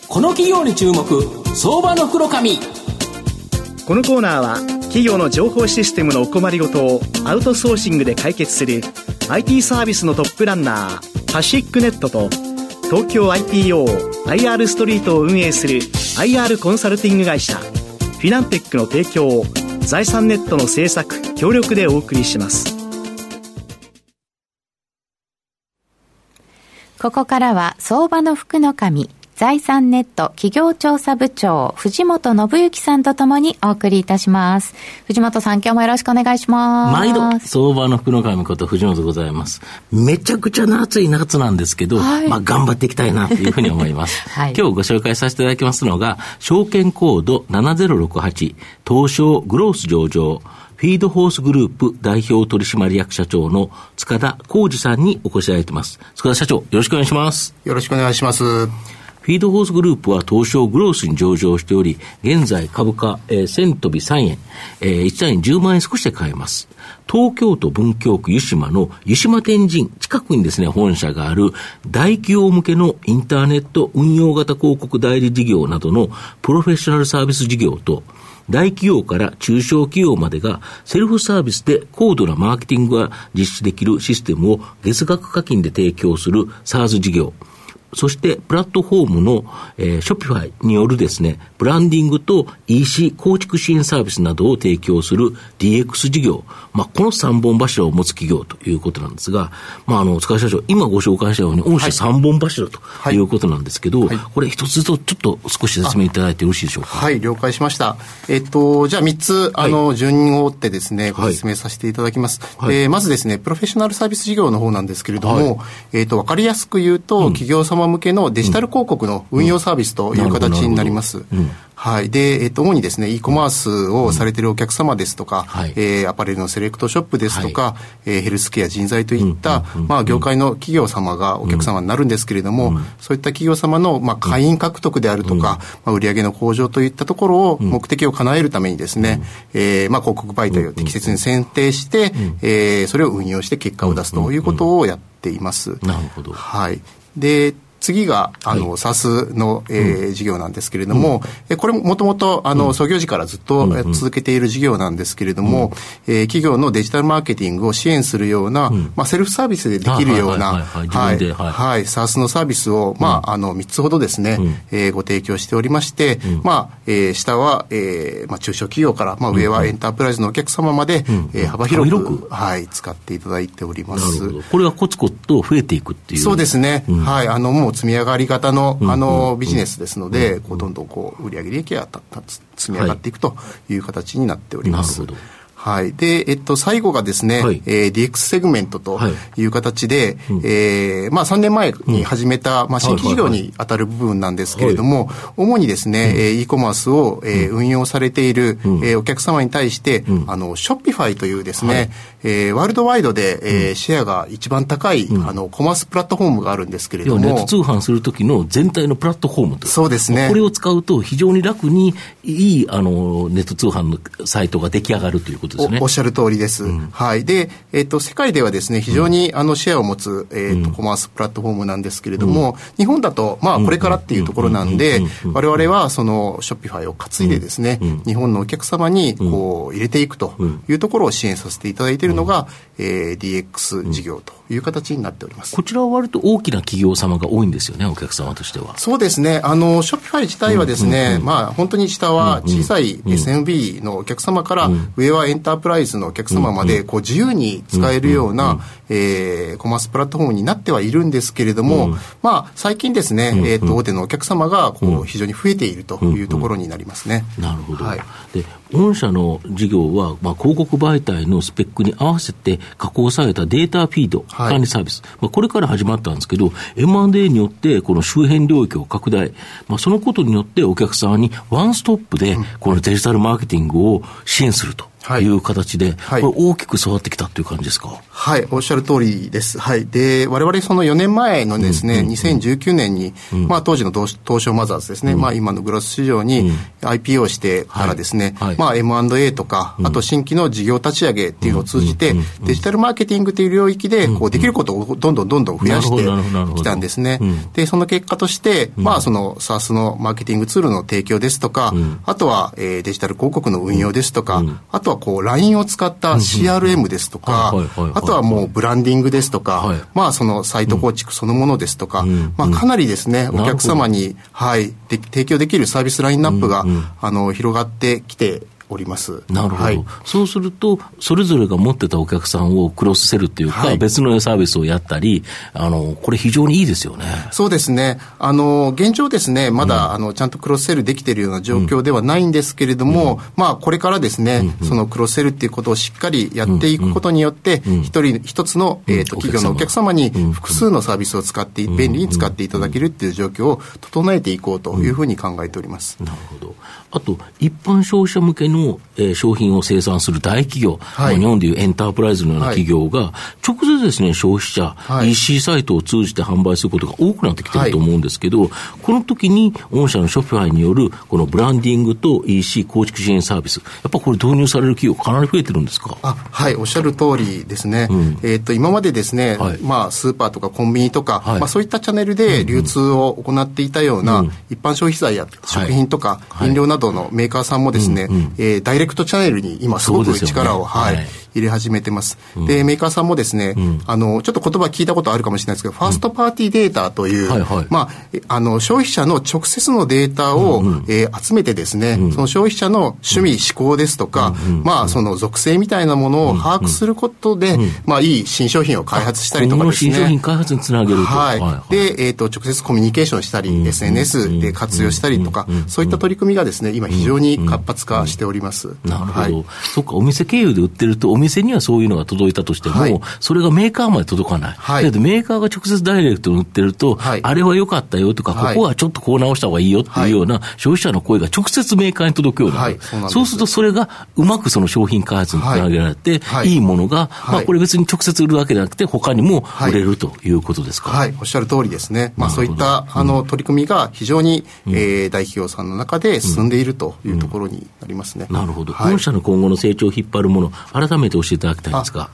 この企業に注目、相場の福の神。 このコーナーは企業の情報システムのお困りごとをアウトソーシングで解決する IT サービスのトップランナーパシックネットと東京 IPO、IR ストリートを運営する IR コンサルティング会社フィナンテックの提供を財産ネットの制作協力でお送りします。 ここからは相場の福の神、財産ネット企業調査部長藤本信之さんとともにお送りいたします。藤本さん、今日もよろしくお願いします。 毎度相場の福の神こと藤本でございます。めちゃくちゃな暑い夏なんですけど、頑張っていきたいなというふうに思います、今日ご紹介させていただきますのが証券コード7068東証グロース上場フィードホースグループ代表取締役社長の塚田浩二さんにお越しいただいています。塚田社長、よろしくお願いします。 よろしくお願いします。 フィードホースグループは東証グロースに上場しており、現在株価、1000飛び3円、1単位10万円少しで買えます。東京都文京区湯島の湯島天神近くにですね、本社がある大企業向けのインターネット運用型広告代理事業などのプロフェッショナルサービス事業と、大企業から中小企業までがセルフサービスで高度なマーケティングが実施できるシステムを月額課金で提供する SaaS 事業、そしてプラットフォームの、Shopify によるですね、ブランディングと EC 構築支援サービスなどを提供する DX 事業、この3本柱を持つ企業ということなんですが、塚田社長、今ご紹介したように御社3本柱ということなんですけど、これ一つずつちょっと少し説明いただいてよろしいでしょうか。 はい、了解しました。じゃあ3つ順を追ってですね、ご説明させていただきます。まずですね、プロフェッショナルサービス事業の方なんですけれども、わかりやすく言うと、企業様向けのデジタル広告の運用サービスという形になります。はい。で、主にですね、e コマースをされているお客様ですとか、アパレルのセレクトショップですとか、ヘルスケア人材といった、業界の企業様がお客様になるんですけれども、そういった企業様の、会員獲得であるとか、売上の向上といったところを目的を叶えるためにですね、広告媒体を適切に選定して、それを運用して結果を出すということをやっています。 なるほど。 はい。で、次がSaaS の、事業なんですけれども、これももともと創業時からずっと続けている事業なんですけれども、企業のデジタルマーケティングを支援するような、セルフサービスでできるようなSaaS のサービスを、3つほどですね、ご提供しておりまして、下は、中小企業から、上はエンタープライズのお客様まで、幅広く使っていただいております。 なるほど。これはコツコツと増えていくっていう。 そうですね。もう積み上がり型の、ビジネスですので、どんどん売上利益が積み上がっていくという形になっております。 なるほど。 はい。で、最後がですね、DX セグメントという形で、3年前に始めた、新規事業に当たる部分なんですけれども、主にですね、e コマースを、運用されている、お客様に対して、Shopify というですね、ワールドワイドで、シェアが一番高い、コマースプラットフォームがあるんですけれども。 ネット通販するときの全体のプラットフォームと。 そうですね。 これを使うと非常に楽にいい、ネット通販のサイトが出来上がるということ。 おっしゃる通りです。はい。で、世界ではですね、非常にシェアを持つ、コマースプラットフォームなんですけれども、日本だと、これからっていうところなんで、我々はそのショッピファイを担いでですね、日本のお客様に入れていくというところを支援させていただいているのが、DX 事業という形になっております。 こちらは割と大きな企業様が多いんですよね、お客様としては。 そうですね。ショッピファイ自体はですね、本当に下は小さい SMB のお客様から、上はエンタープライズのお客様まで自由に使えるようなコマースプラットフォームになってはいるんですけれども、最近ですね、大手のお客様が非常に増えているというところになりますね。 なるほど。で、御社の事業は、広告媒体のスペックに合わせて加工されたデータフィード管理サービス、これから始まったんですけど、M&A によってこの周辺領域を拡大、そのことによってお客様にワンストップでこのデジタルマーケティングを支援するという形で、これ大きく育ってきたという感じですか。 はい、おっしゃる通りです。はい。で、我々その4年前のですね、2019年に、当時の東証マザーズですね、今のグロス市場に IPO してからですね、 M&A とか、あと新規の事業立ち上げっていうのを通じて、デジタルマーケティングという領域でこうできることをどんどん増やしてきたんですね。でその結果として、その SaaS のマーケティングツールの提供ですとか、あとは、デジタル広告の運用ですとか、あとはこう LINE を使った CRM ですとか、あとはもうブランディングですとか、そのサイト構築そのものですとか、かなりですね、お客様に、提供できるサービスラインナップが、広がってきております。 なるほど、そうするとそれぞれが持ってたお客さんをクロスセルっていうか、別のサービスをやったり、これ非常にいいですよね。 そうですね、現状ですね、まだ、ちゃんとクロスセルできているような状況ではないんですけれども、これからですね、そのクロスセルっていうことをしっかりやっていくことによって、一つの、企業のお客様に複数のサービスを使って便利に使っていただけるっていう状況を整えていこうというふうに考えております。 なるほど。あと一般消費者向けの、商品を生産する大企業、日本でいうエンタープライズのような企業が、直接ですね、消費者、EC サイトを通じて販売することが多くなってきていると思うんですけど、この時に御社のショピファイによるこのブランディングと EC 構築支援サービス、やっぱこれ導入される企業かなり増えてるんですか？ おっしゃる通りですね。今までですね、スーパーとかコンビニとか、そういったチャンネルで流通を行っていたような、一般消費財や食品とか飲料などのメーカーさんもですね、ダイレクトチャンネルに今すごく力を、入れ始めてます。で、メーカーさんもですね、ちょっと言葉聞いたことあるかもしれないですけど、ファーストパーティーデータという、消費者の直接のデータを、集めてですね、その消費者の趣味、嗜好ですとか、その属性みたいなものを把握することで、いい新商品を開発したりとかですね。 新商品開発につなげると。 で、直接コミュニケーションしたり、SNS で活用したりとか、そういった取り組みがですね、今非常に活発化しております。 なるほど。そっか、お店経由で売ってると、お店にはそういうのが届いたとしても、それがメーカーまで届かない。だってメーカーが直接ダイレクトに売ってると、あれは良かったよとか、ここはちょっとこう直した方がいいよっていうような消費者の声が直接メーカーに届くようになる。そうするとそれがうまくその商品開発につなげられて、いいものが、これ別に直接売るわけじゃなくて、他にも売れるということですか？ おっしゃる通りですね。そういった取り組みが非常に大企業さんの中で進んでいるというところになりますね。 なるほど。御社の今後の成長を引っ張るもの、改めて教えていただきたいんですが。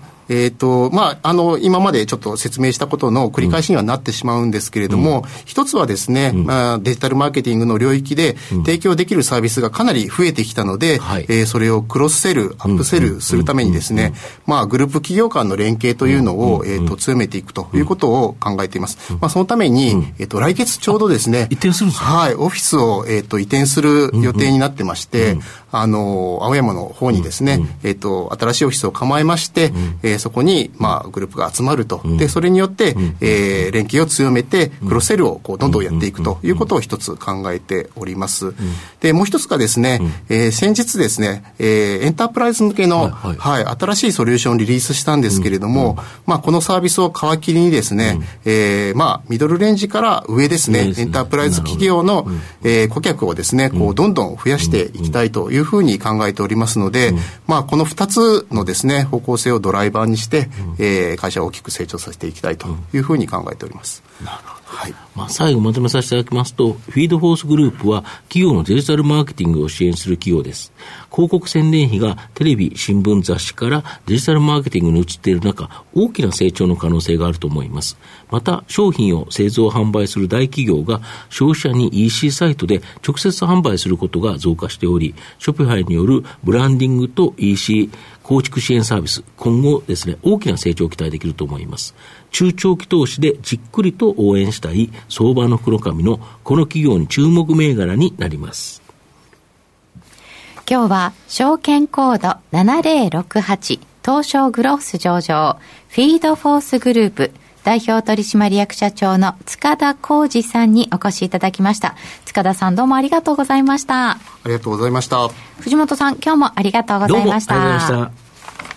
今までちょっと説明したことの繰り返しにはなってしまうんですけれども、一つはですね、デジタルマーケティングの領域で提供できるサービスがかなり増えてきたので、それをクロスセル、アップセルするためにですね、グループ企業間の連携というのを、強めていくということを考えています。そのために、来月ちょうどですね、 移転するんですか？ オフィスを、移転する予定になってまして、青山の方にですね、新しいオフィスを構えまして、そこに、グループが集まると。で、それによって、連携を強めて、クロスセルをどんどんやっていくということを一つ考えております。で、もう一つがですね、先日ですね、エンタープライズ向けの、新しいソリューションをリリースしたんですけれども、このサービスを皮切りにですね、ミドルレンジから上ですね、エンタープライズ企業の、顧客をですね、どんどん増やしていきたいというふうに考えておりますので、この2つのですね、方向性をドライバーにして、会社を大きく成長させていきたいというふうに考えております。 なるほど。最後まとめさせていただきますと、フィードフォースグループは企業のデジタルマーケティングを支援する企業です。広告宣伝費がテレビ、新聞、雑誌からデジタルマーケティングに移っている中、大きな成長の可能性があると思います。また、商品を製造販売する大企業が消費者に EC サイトで直接販売することが増加しており、ショピファイによるブランディングと EC 構築支援サービス、今後ですね、大きな成長を期待できると思います。中長期投資でじっくりと応援したい相場の黒髪のこの企業に注目銘柄になります。 今日は証券コード7068東証グロース上場フィードフォースグループ代表取締役社長の塚田浩二さんにお越しいただきました。塚田さん、どうもありがとうございました。 ありがとうございました。 藤本さん、今日もありがとうございました。 どうもありがとうございました。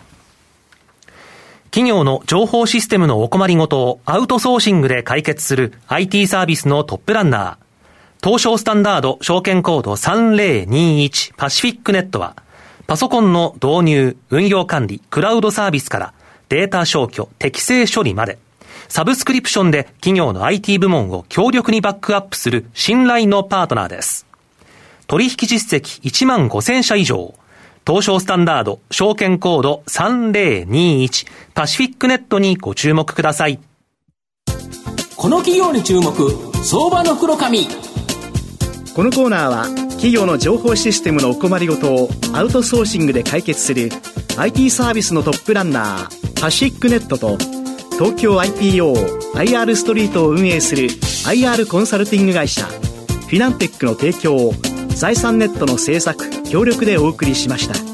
企業の情報システムのお困りごとをアウトソーシングで解決する IT サービスのトップランナー、東証スタンダード証券コード3021パシフィックネットは、パソコンの導入、運用管理、クラウドサービスからデータ消去、適正処理まで、サブスクリプションで企業の IT 部門を強力にバックアップする信頼のパートナーです。 取引実績1万5000社以上。東証スタンダード証券コード3021パシフィックネットにご注目ください。 この企業に注目、相場の袋紙。 このコーナーは企業の情報システムのお困りごとをアウトソーシングで解決する IT サービスのトップランナーパシフィックネットと、東京 IPO、IR ストリートを運営する IR コンサルティング会社フィナンテックの提供を財産ネットの制作協力でお送りしました。